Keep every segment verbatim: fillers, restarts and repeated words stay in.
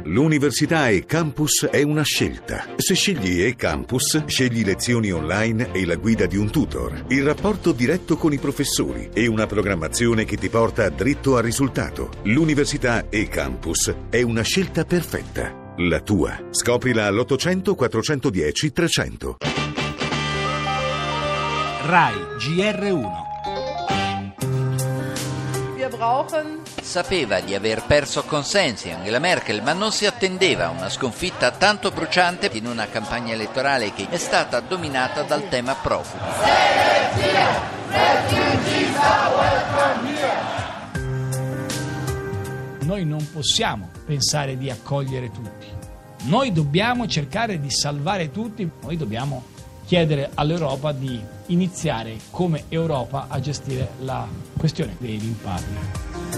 L'università e-Campus è una scelta. Se scegli e-Campus, scegli lezioni online e la guida di un tutor, il rapporto diretto con i professori e una programmazione che ti porta dritto al risultato. L'università e-Campus è una scelta perfetta. La tua. Scoprila all'ottocento quattrocentodieci trecento. Rai G R uno. Sapeva di aver perso consensi Angela Merkel, ma non si attendeva a una sconfitta tanto bruciante in una campagna elettorale che è stata dominata dal tema profughi. Noi non possiamo pensare di accogliere tutti. Noi dobbiamo cercare di salvare tutti. Noi dobbiamo chiedere all'Europa di iniziare come Europa a gestire la questione dei rimpatri.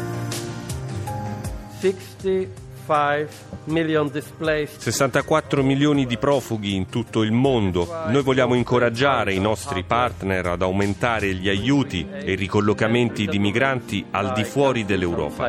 sessantaquattro milioni di profughi in tutto il mondo. Noi vogliamo incoraggiare i nostri partner ad aumentare gli aiuti e i ricollocamenti di migranti al di fuori dell'Europa.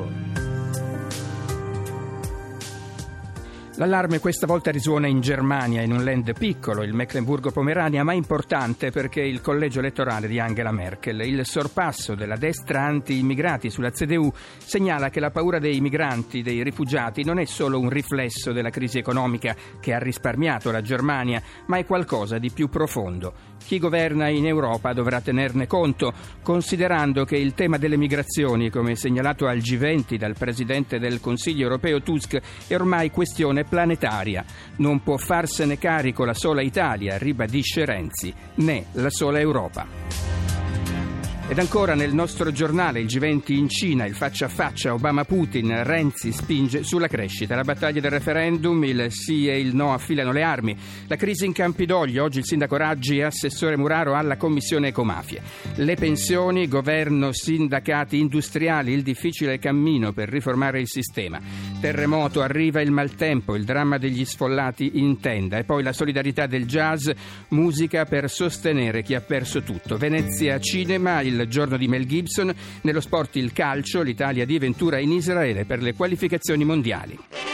L'allarme questa volta risuona in Germania, in un land piccolo, il Mecklenburgo-Pomerania, ma importante perché il collegio elettorale di Angela Merkel. Il sorpasso della destra anti-immigrati sulla C D U segnala che la paura dei migranti, dei rifugiati, non è solo un riflesso della crisi economica che ha risparmiato la Germania, ma è qualcosa di più profondo. Chi governa in Europa dovrà tenerne conto, considerando che il tema delle migrazioni, come segnalato al G venti dal presidente del Consiglio europeo Tusk, è ormai questione planetaria. Non può farsene carico la sola Italia, ribadisce Renzi, né la sola Europa. Ed ancora nel nostro giornale, il G venti in Cina, il faccia a faccia Obama-Putin, Renzi spinge sulla crescita. La battaglia del referendum, il sì e il no affilano le armi. La crisi in Campidoglio, oggi il sindaco Raggi e assessore Muraro alla commissione ecomafie. Le pensioni, governo, sindacati industriali, il difficile cammino per riformare il sistema. Terremoto, arriva il maltempo, il dramma degli sfollati in tenda. E poi la solidarietà del jazz, musica per sostenere chi ha perso tutto. Venezia Cinema, il giorno di Mel Gibson, nello sport il calcio, l'Italia di Ventura in Israele per le qualificazioni mondiali.